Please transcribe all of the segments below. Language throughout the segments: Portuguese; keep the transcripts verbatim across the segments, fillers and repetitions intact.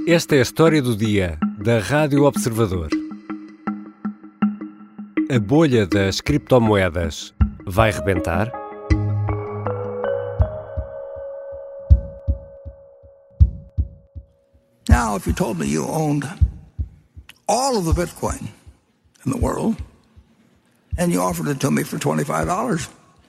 Esta é a história do dia da Rádio Observador. A bolha das criptomoedas vai rebentar? Now, if you told me you owned all of the Bitcoin in the world and you offered it to me for twenty-five dollars,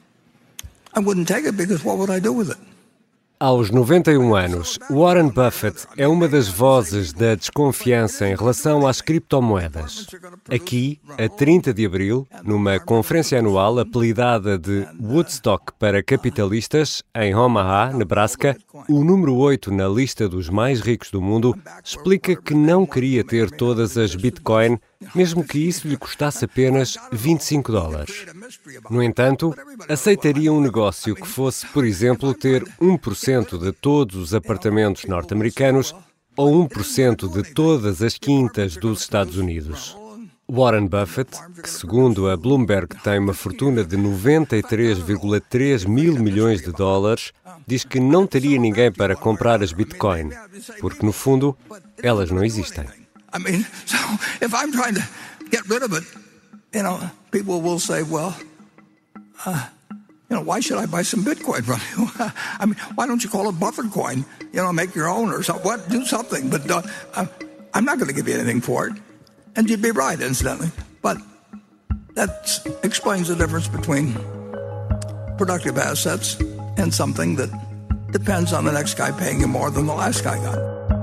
I wouldn't take it because what would I do with it? Aos noventa e um anos, Warren Buffett é uma das vozes da desconfiança em relação às criptomoedas. Aqui, a trinta de abril, numa conferência anual apelidada de Woodstock para capitalistas, em Omaha, Nebraska, o número oito na lista dos mais ricos do mundo explica que não queria ter todas as Bitcoin, mesmo que isso lhe custasse apenas vinte e cinco dólares. No entanto, aceitaria um negócio que fosse, por exemplo, ter um por cento de todos os apartamentos norte-americanos ou um por cento de todas as quintas dos Estados Unidos. Warren Buffett, que segundo a Bloomberg tem uma fortuna de noventa e três vírgula três mil milhões de dólares, diz que não teria ninguém para comprar as Bitcoin, porque no fundo, elas não existem. I mean, so if I'm trying to get rid of it, you know, people will say, well, uh, you know, why should I buy some Bitcoin from you? I mean, why don't you call it Buffett coin? You know, make your own or something. What? Do something. But uh, I'm not going to give you anything for it. And you'd be right, incidentally. But that explains the difference between productive assets and something that depends on the next guy paying you more than the last guy got.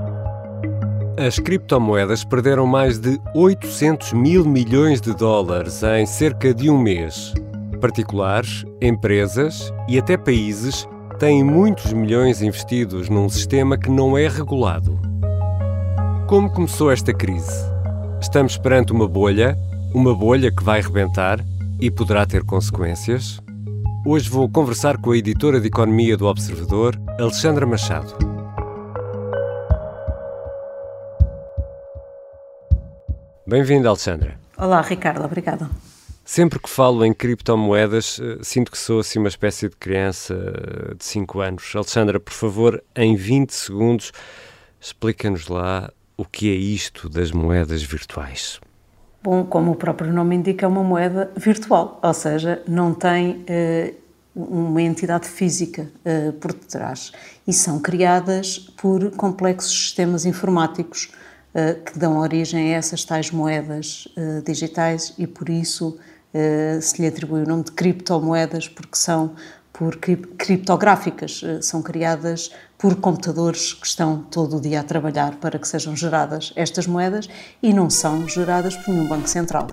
As criptomoedas perderam mais de oitocentos mil milhões de dólares em cerca de um mês. Particulares, empresas e até países têm muitos milhões investidos num sistema que não é regulado. Como começou esta crise? Estamos perante uma bolha, uma bolha que vai rebentar e poderá ter consequências? Hoje vou conversar com a editora de Economia do Observador, Alexandra Machado. Bem-vinda, Alexandra. Olá, Ricardo, obrigada. Sempre que falo em criptomoedas, sinto que sou assim uma espécie de criança de cinco anos. Alexandra, por favor, em vinte segundos, explica-nos lá o que é isto das moedas virtuais. Bom, como o próprio nome indica, é uma moeda virtual, ou seja, não tem eh, uma entidade física eh, por detrás. E são criadas por complexos sistemas informáticos que dão origem a essas tais moedas uh, digitais e por isso uh, se lhe atribui o nome de criptomoedas, porque são por cri- criptográficas, uh, são criadas por computadores que estão todo o dia a trabalhar para que sejam geradas estas moedas e não são geradas por nenhum banco central.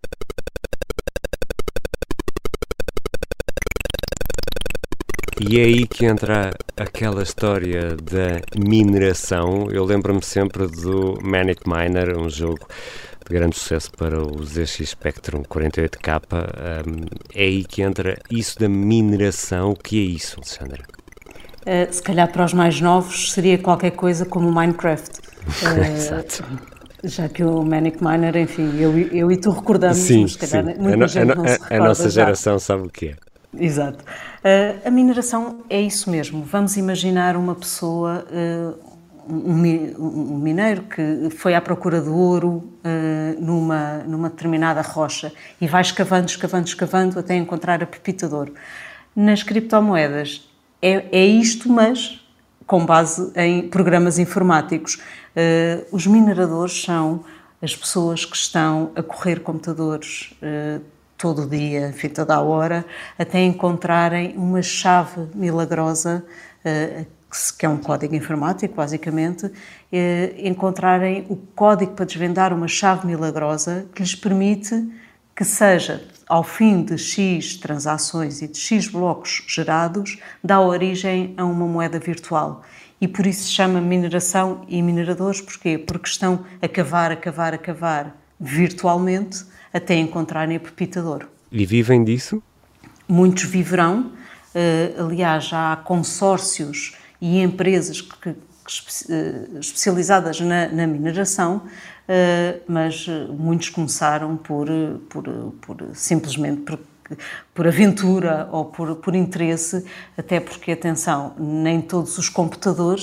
E é aí que entra aquela história da mineração. Eu lembro-me sempre do Manic Miner, um jogo de grande sucesso para o Z X Spectrum quarenta e oito K. Um, é aí que entra isso da mineração. O que é isso, Alexandra? Uh, se calhar para os mais novos seria qualquer coisa como o Minecraft. Uh, Exato. Já que o Manic Miner, enfim, eu, eu e tu recordamos, sim, mas se calhar sim. muita a, gente a, não se a, recorda. a nossa geração já. sabe o que é. Exato. Uh, a mineração é isso mesmo. Vamos imaginar uma pessoa, uh, um, um mineiro que foi à procura de ouro uh, numa, numa determinada rocha e vai escavando, escavando, escavando até encontrar a pepita de ouro. Nas criptomoedas é, é isto, mas com base em programas informáticos. Uh, os mineradores são as pessoas que estão a correr computadores uh, todo o dia, enfim, toda a hora, até encontrarem uma chave milagrosa, que é um código informático, basicamente, encontrarem o código para desvendar uma chave milagrosa que lhes permite que seja, ao fim de X transações e de X blocos gerados, dá origem a uma moeda virtual. E por isso se chama mineração e mineradores. Porquê? Porque estão a cavar, a cavar, a cavar virtualmente até encontrarem a pepita de ouro. E vivem disso? Muitos viverão. Uh, aliás, já há consórcios e empresas que, que, uh, especializadas na, na mineração, uh, mas uh, muitos começaram por, por, por simplesmente por, por aventura ou por, por interesse, até porque, atenção, nem todos os computadores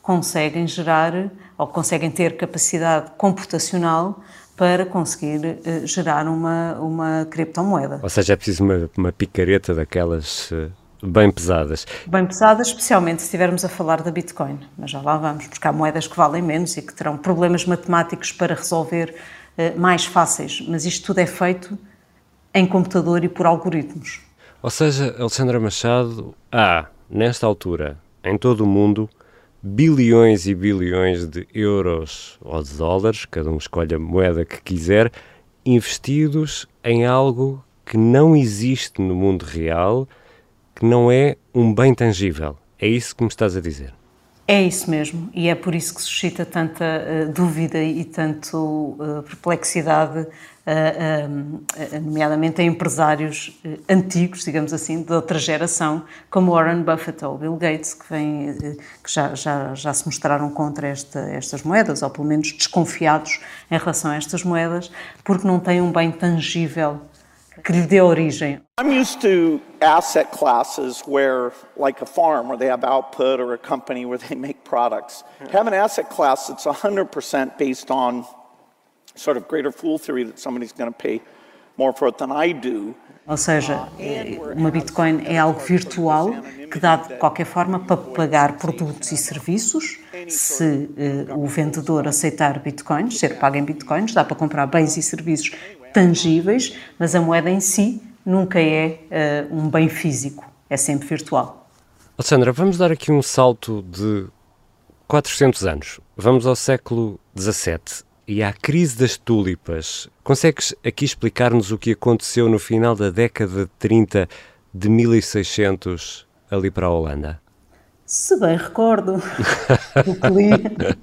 conseguem gerar ou conseguem ter capacidade computacional para conseguir uh, gerar uma, uma criptomoeda. Ou seja, é preciso uma, uma picareta daquelas uh, bem pesadas. Bem pesadas, especialmente se estivermos a falar da Bitcoin, mas já lá vamos, porque há moedas que valem menos e que terão problemas matemáticos para resolver uh, mais fáceis, mas isto tudo é feito em computador e por algoritmos. Ou seja, Alexandra Machado, há, nesta altura, em todo o mundo, bilhões e bilhões de euros ou de dólares, cada um escolhe a moeda que quiser, investidos em algo que não existe no mundo real, que não é um bem tangível. É isso que me estás a dizer? É isso mesmo, e é por isso que suscita tanta uh, dúvida e tanto uh, perplexidade, uh, uh, nomeadamente em empresários uh, antigos, digamos assim, de outra geração, como Warren Buffett ou Bill Gates, que, vem, uh, que já, já, já se mostraram contra esta, estas moedas, ou pelo menos desconfiados em relação a estas moedas, porque não têm um bem tangível que lhe dê origem. I'm used to asset classes where, like a farm, where they have output, or a company where they make products. Have an asset class that's one hundred percent based on sort of greater fool theory that somebody's going to pay more for it than I do. Ou seja, uma Bitcoin é algo virtual que dá de qualquer forma para pagar produtos e serviços. Se uh, o vendedor aceitar Bitcoins, ser pago em Bitcoins, dá para comprar bens e serviços tangíveis, mas a moeda em si nunca é uh, um bem físico, é sempre virtual. Alexandra, vamos dar aqui um salto de quatrocentos anos. Vamos ao século dezassete e à crise das tulipas. Consegues aqui explicar-nos o que aconteceu no final da década de trinta de mil e seiscentos ali para a Holanda? Se bem recordo do que li.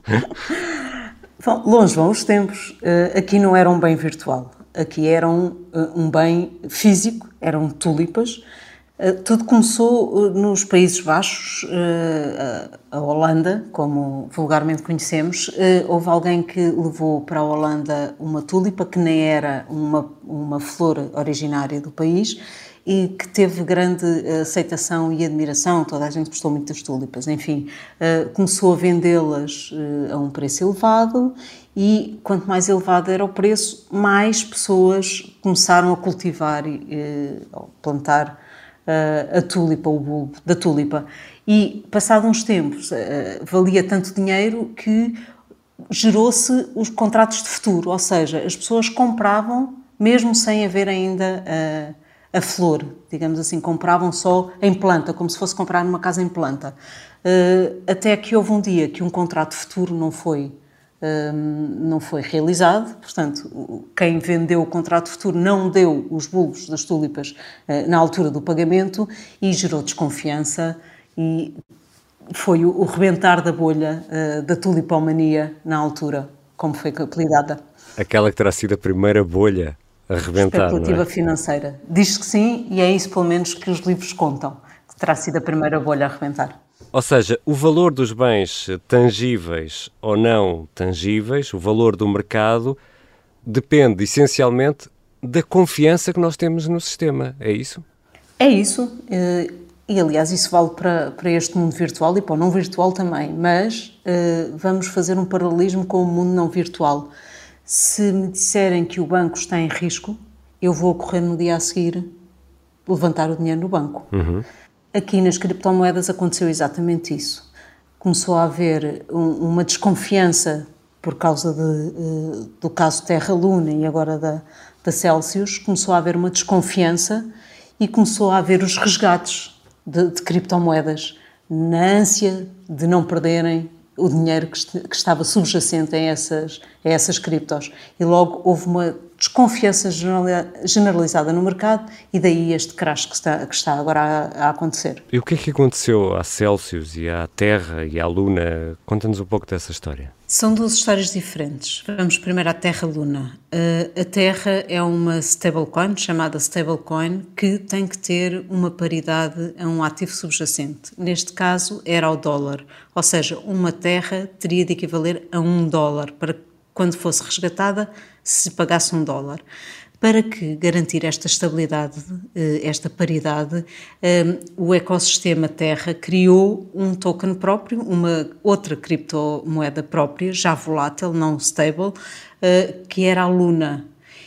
Bom, longe vão os tempos. Uh, aqui não era um bem virtual. Aqui era um, uh, um bem físico, eram tulipas. Uh, tudo começou uh, nos Países Baixos, uh, a Holanda, como vulgarmente conhecemos. Uh, houve alguém que levou para a Holanda uma tulipa que nem era uma, uma flor originária do país e que teve grande aceitação e admiração, toda a gente gostou muito das tulipas. Enfim, uh, começou a vendê-las uh, a um preço elevado e quanto mais elevado era o preço, mais pessoas começaram a cultivar e uh, plantar uh, a tulipa, o bulbo da tulipa. E, passado uns tempos, uh, valia tanto dinheiro que gerou-se os contratos de futuro, ou seja, as pessoas compravam mesmo sem haver ainda uh, a flor, digamos assim, compravam só em planta, como se fosse comprar numa casa em planta. Uh, até que houve um dia que um contrato futuro não foi, uh, não foi realizado, portanto, quem vendeu o contrato futuro não deu os bulbos das tulipas uh, na altura do pagamento e gerou desconfiança e foi o, o rebentar da bolha uh, da tulipomania na altura, como foi apelidada. Aquela que terá sido a primeira bolha a rebentar, especulativa não é? financeira. Diz que sim, e é isso pelo menos que os livros contam, que terá sido a primeira bolha a rebentar. Ou seja, o valor dos bens tangíveis ou não tangíveis, o valor do mercado, depende essencialmente da confiança que nós temos no sistema, é isso? É isso, e aliás isso vale para, para este mundo virtual e para o não virtual também, mas vamos fazer um paralelismo com o mundo não virtual. Se me disserem que o banco está em risco, eu vou correr no dia a seguir levantar o dinheiro no banco. Uhum. Aqui nas criptomoedas aconteceu exatamente isso. Começou a haver um, uma desconfiança por causa de, uh, do caso Terra-Luna e agora da, da Celsius, começou a haver uma desconfiança e começou a haver os resgates de, de criptomoedas na ânsia de não perderem o dinheiro que, est- que estava subjacente a essas, a essas criptos. E logo houve uma desconfiança generalizada no mercado e daí este crash que está, que está agora a, a acontecer. E o que é que aconteceu à Celsius e à Terra e à Luna? Conta-nos um pouco dessa história. São duas histórias diferentes. Vamos primeiro à Terra-Luna. Uh, a Terra é uma stablecoin, chamada stablecoin, que tem que ter uma paridade a um ativo subjacente. Neste caso era o dólar, ou seja, uma Terra teria de equivaler a um dólar para quando fosse resgatada se pagasse um dólar. Para que garantir esta estabilidade, esta paridade, o ecossistema Terra criou um token próprio, uma outra criptomoeda própria, já volátil, não stable, que era a Luna.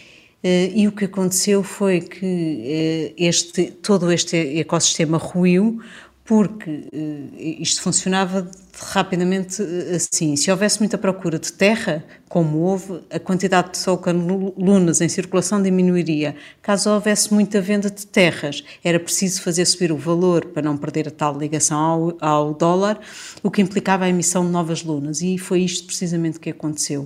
E o que aconteceu foi que este, todo este ecossistema ruiu, porque isto funcionava rapidamente assim. Se houvesse muita procura de terra, como houve, a quantidade de token lunas em circulação diminuiria. Caso houvesse muita venda de terras, era preciso fazer subir o valor para não perder a tal ligação ao, ao dólar, o que implicava a emissão de novas lunas. E foi isto precisamente que aconteceu.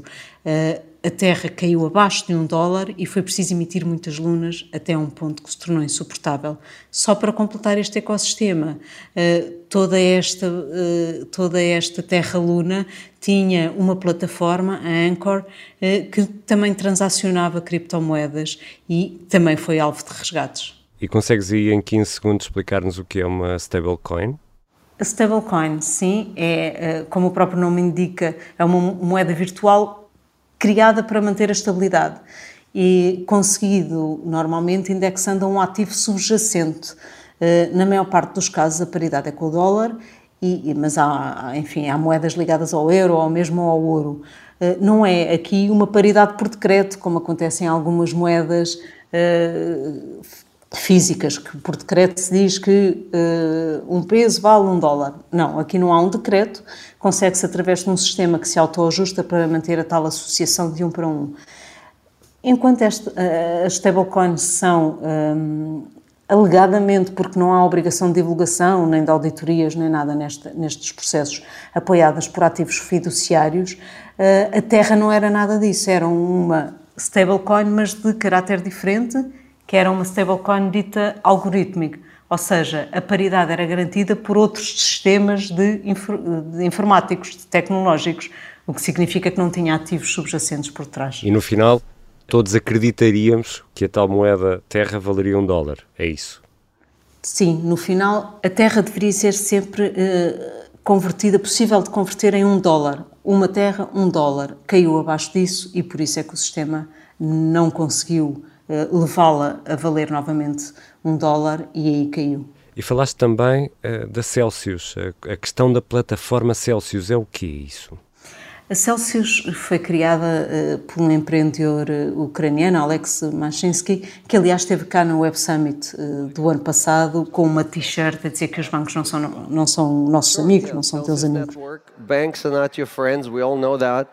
A terra caiu abaixo de um dólar e foi preciso emitir muitas lunas até um ponto que se tornou insuportável. Só para completar este ecossistema, toda esta, toda esta terra-luna tinha uma plataforma, a Anchor, que também transacionava criptomoedas e também foi alvo de resgates. E consegues aí em quinze segundos explicar-nos o que é uma stablecoin? A stablecoin, sim, é, como o próprio nome indica, é uma moeda virtual criada para manter a estabilidade e conseguido normalmente indexando a um ativo subjacente. Na maior parte dos casos a paridade é com o dólar, e, mas há, enfim, há moedas ligadas ao euro ou mesmo ao ouro. Não é aqui uma paridade por decreto, como acontece em algumas moedas uh, físicas, que por decreto se diz que uh, um peso vale um dólar. Não, aqui não há um decreto, consegue-se através de um sistema que se autoajusta para manter a tal associação de um para um. Enquanto este, uh, as stablecoins são, um, alegadamente, porque não há obrigação de divulgação, nem de auditorias, nem nada neste, nestes processos, apoiadas por ativos fiduciários, uh, a Terra não era nada disso, era uma stablecoin, mas de caráter diferente, que era uma stablecoin dita algorítmica, ou seja, a paridade era garantida por outros sistemas de, infor, de informáticos, de tecnológicos, o que significa que não tinha ativos subjacentes por trás. E no final, todos acreditaríamos que a tal moeda terra valeria um dólar, é isso? Sim, no final a terra deveria ser sempre eh, convertida, possível de converter em um dólar. Uma terra, um dólar. Caiu abaixo disso e por isso é que o sistema não conseguiu levá-la a valer novamente um dólar e aí caiu. E falaste também uh, da Celsius, a, a questão da plataforma Celsius, é o que é isso? A Celsius foi criada uh, por um empreendedor uh, ucraniano, Alex Mashinsky, que aliás esteve cá no Web Summit uh, do ano passado com uma t-shirt a dizer que os bancos não são, não são nossos amigos, não são teus amigos. Banks are not your friends, we all know that.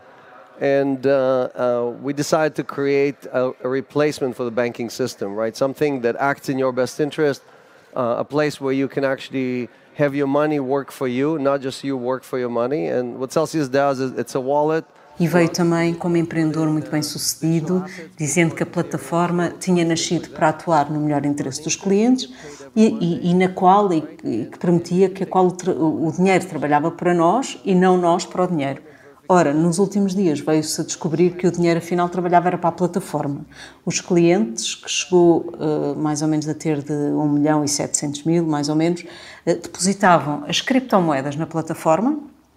And uh, uh, we decided to create a, a replacement for the banking system, right? Something that acts in your best interest, uh, a place where you can actually have your money work for you, not just you work for your money. And what Celsius does is it's a wallet. E veio também como empreendedor muito bem sucedido, dizendo que a plataforma tinha nascido para atuar no melhor interesse dos clientes e, e, e na qual, e, e que permitia que a qual o, o dinheiro trabalhava para nós e não nós para o dinheiro. Ora, nos últimos dias veio-se a descobrir que o dinheiro afinal trabalhava era para a plataforma. Os clientes, que chegou uh, mais ou menos a ter de um milhão e setecentos mil, mais ou menos, uh, depositavam as criptomoedas na plataforma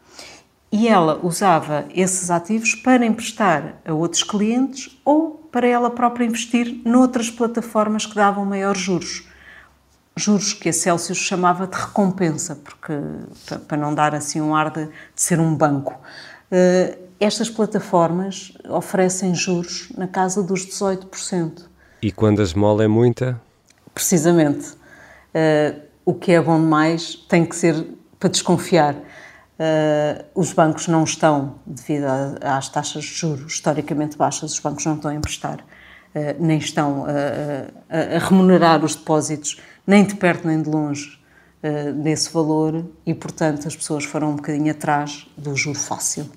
e ela usava esses ativos para emprestar a outros clientes ou para ela própria investir noutras plataformas que davam maiores juros. Juros que a Celsius chamava de recompensa, porque, para não dar assim um ar de, de ser um banco. Uh, estas plataformas oferecem juros na casa dos dezoito por cento. E quando a esmola é muita? Precisamente. Uh, o que é bom demais tem que ser para desconfiar. Uh, os bancos não estão, devido a, às taxas de juros historicamente baixas, os bancos não estão a emprestar, uh, nem estão a, a, a remunerar os depósitos, nem de perto nem de longe, Uh, desse valor e, portanto, as pessoas foram um bocadinho atrás do juro fácil.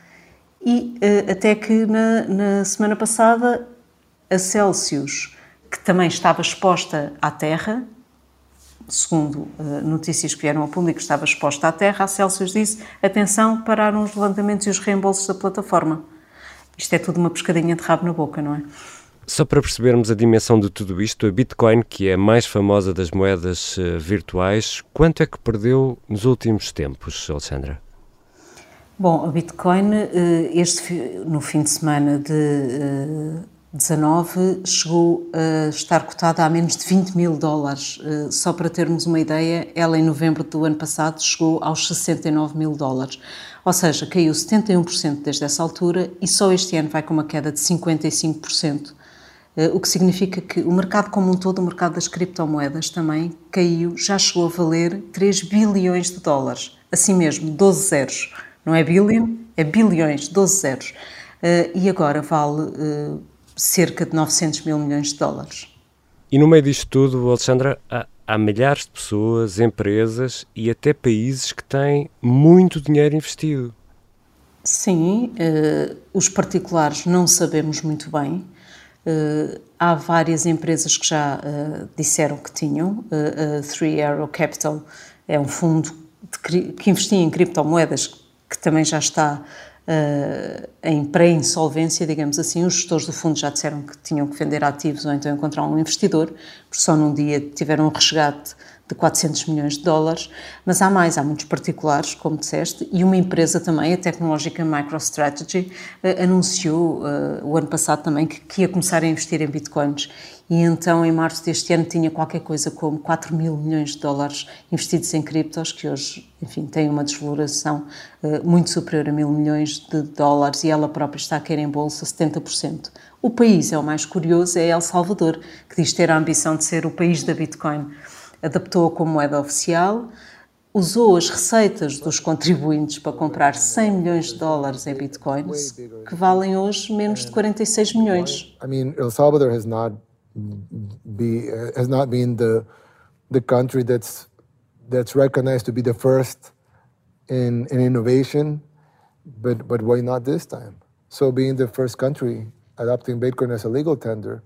E uh, até que na, na semana passada a Celsius, que também estava exposta à terra, segundo uh, notícias que vieram ao público, estava exposta à terra, a Celsius disse, atenção, pararam os levantamentos e os reembolsos da plataforma. Isto é tudo uma pescadinha de rabo na boca, não é? Só para percebermos a dimensão de tudo isto, a Bitcoin, que é a mais famosa das moedas uh, virtuais, quanto é que perdeu nos últimos tempos, Alexandra? Bom, a Bitcoin, uh, este, no fim de semana de, uh, dezanove chegou a estar cotada a menos de vinte mil dólares. Só para termos uma ideia, ela em novembro do ano passado chegou aos sessenta e nove mil dólares. Ou seja, caiu setenta e um por cento desde essa altura e só este ano vai com uma queda de cinquenta e cinco por cento. O que significa que o mercado como um todo, o mercado das criptomoedas também caiu, já chegou a valer três bilhões de dólares. Assim mesmo, doze zeros. Não é billion, é bilhões, doze zeros. E agora vale cerca de novecentos mil milhões de dólares. E no meio disto tudo, Alexandra, há, há milhares de pessoas, empresas e até países que têm muito dinheiro investido. Sim, uh, os particulares não sabemos muito bem. Uh, há várias empresas que já uh, disseram que tinham. Uh, uh, Three Arrow Capital é um fundo de, que investia em criptomoedas, que também já está Uh, em pré-insolvência, digamos assim. Os gestores do fundo já disseram que tinham que vender ativos ou então encontrar um investidor, porque só num dia tiveram um resgate de quatrocentos milhões de dólares, mas há mais, há muitos particulares, como disseste, e uma empresa também, a tecnológica MicroStrategy, uh, anunciou uh, o ano passado também que, que ia começar a investir em bitcoins, e então em março deste ano tinha qualquer coisa como quatro mil milhões de dólares investidos em criptos, que hoje, enfim, têm uma desvaloração uh, muito superior a mil milhões de dólares, e ela própria está a cair em bolsa setenta por cento. O país, é o mais curioso, é El Salvador, que diz ter a ambição de ser o país da Bitcoin. Adaptou-a como moeda oficial, usou as receitas dos contribuintes para comprar cem milhões de dólares em bitcoins, que valem hoje menos de quarenta e seis milhões. I mean, El Salvador has not be has not been the the country that's that's recognized to be the first in in innovation, but but why not this time? So being the first country adopting Bitcoin as a legal tender,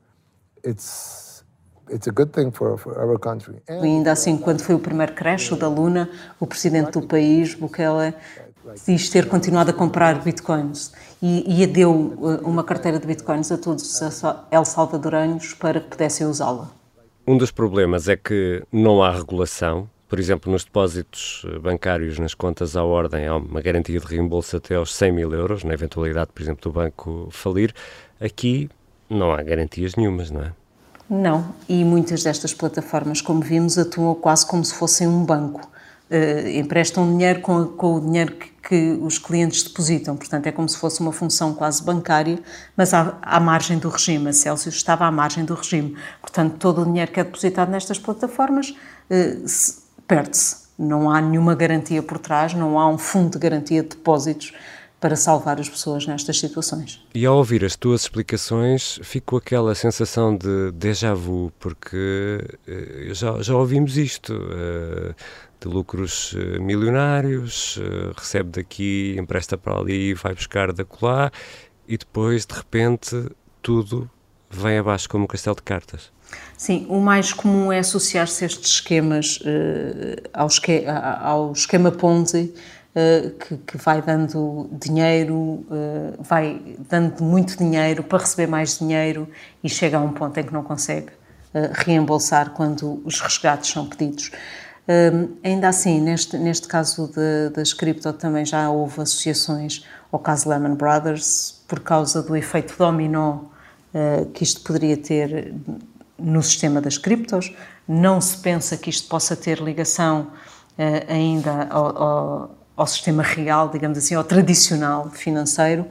it's It's a good thing for, for our country. E ainda assim, quando foi o primeiro crash, o da Luna, o presidente do país, Bukele, diz ter continuado a comprar bitcoins e, e deu uma carteira de bitcoins a todos os el-salvadoranos para que pudessem usá-la. Um dos problemas é que não há regulação. Por exemplo, nos depósitos bancários, nas contas à ordem, há uma garantia de reembolso até aos cem mil euros, na eventualidade, por exemplo, do banco falir. Aqui não há garantias nenhumas, não é? Não, e muitas destas plataformas, como vimos, atuam quase como se fossem um banco. Uh, emprestam dinheiro com, com o dinheiro que, que os clientes depositam, portanto é como se fosse uma função quase bancária, mas à, à margem do regime. A Celsius estava à margem do regime, portanto todo o dinheiro que é depositado nestas plataformas uh, se, perde-se. Não há nenhuma garantia por trás, não há um fundo de garantia de depósitos para salvar as pessoas nestas situações. E ao ouvir as tuas explicações, fico com aquela sensação de déjà vu, porque uh, já, já ouvimos isto, uh, de lucros uh, milionários, uh, recebe daqui, empresta para ali, vai buscar da colá, e depois, de repente, tudo vem abaixo como um castelo de cartas. Sim, o mais comum é associar-se a estes esquemas, uh, ao, esque- ao esquema Ponzi, Uh, que, que vai dando dinheiro, uh, vai dando muito dinheiro para receber mais dinheiro e chega a um ponto em que não consegue uh, reembolsar quando os resgates são pedidos. Uh, ainda assim, neste, neste caso de, das cripto também já houve associações ao caso Lehman Brothers por causa do efeito dominó uh, que isto poderia ter no sistema das criptos. Não se pensa que isto possa ter ligação uh, ainda ao, ao ao sistema real, digamos assim, ao tradicional financeiro,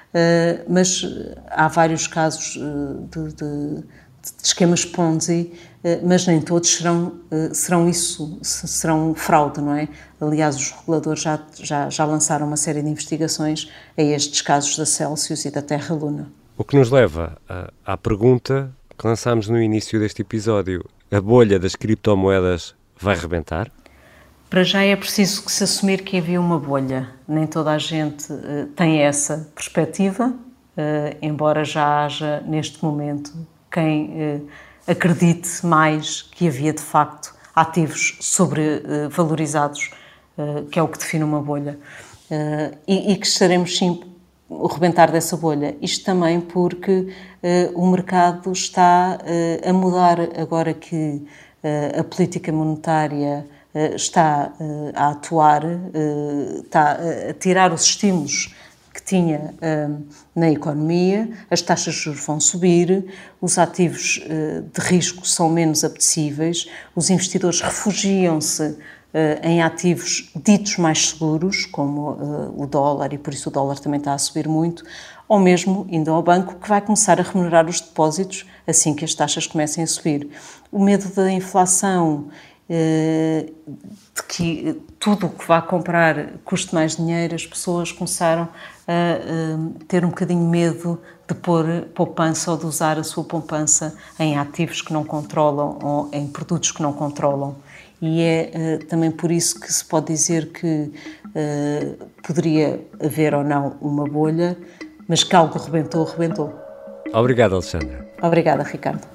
mas há vários casos de, de, de esquemas Ponzi, mas nem todos serão, serão isso, serão fraude, não é? Aliás, os reguladores já, já, já lançaram uma série de investigações a estes casos da Celsius e da Terra Luna. O que nos leva à, à pergunta que lançámos no início deste episódio: a bolha das criptomoedas vai rebentar? Para já é preciso que se assumir que havia uma bolha. Nem toda a gente uh, tem essa perspectiva, uh, embora já haja neste momento quem uh, acredite mais que havia de facto ativos sobrevalorizados, uh, que é o que define uma bolha. Uh, e, e que estaremos sim o rebentar dessa bolha. Isto também porque uh, o mercado está uh, a mudar agora que uh, a política monetária está uh, a atuar, uh, está a tirar os estímulos que tinha uh, na economia, as taxas de juros vão subir, os ativos uh, de risco são menos apetecíveis, os investidores refugiam-se uh, em ativos ditos mais seguros, como uh, o dólar, e por isso o dólar também está a subir muito, ou mesmo indo ao banco, que vai começar a remunerar os depósitos assim que as taxas comecem a subir. O medo da inflação, de que tudo o que vá comprar custe mais dinheiro, as pessoas começaram a ter um bocadinho medo de pôr poupança ou de usar a sua poupança em ativos que não controlam ou em produtos que não controlam. E é também por isso que se pode dizer que poderia haver ou não uma bolha, mas que algo rebentou, rebentou. Obrigado, Alexandra. Obrigada, Ricardo.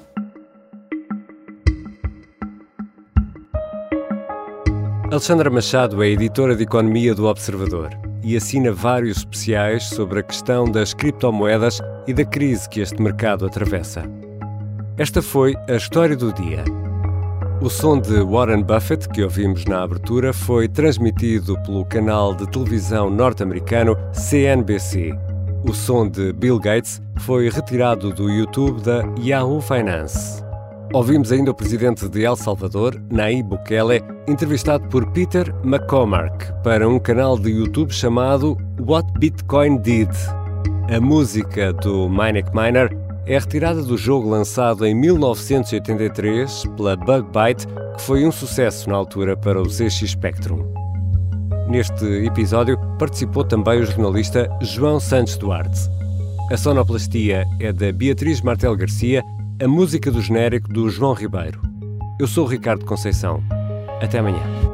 Alexandra Machado é editora de Economia do Observador e assina vários especiais sobre a questão das criptomoedas e da crise que este mercado atravessa. Esta foi a história do dia. O som de Warren Buffett, que ouvimos na abertura, foi transmitido pelo canal de televisão norte-americano C N B C. O som de Bill Gates foi retirado do YouTube da Yahoo Finance. Ouvimos ainda o presidente de El Salvador, Nayib Bukele, entrevistado por Peter McCormack para um canal de YouTube chamado What Bitcoin Did. A música do Manic Miner é retirada do jogo lançado em mil novecentos e oitenta e três pela Bug Byte, que foi um sucesso na altura para o Z X Spectrum. Neste episódio participou também o jornalista João Santos Duarte. A sonoplastia é da Beatriz Martel Garcia, a música do genérico do João Ribeiro. Eu sou o Ricardo Conceição. Até amanhã.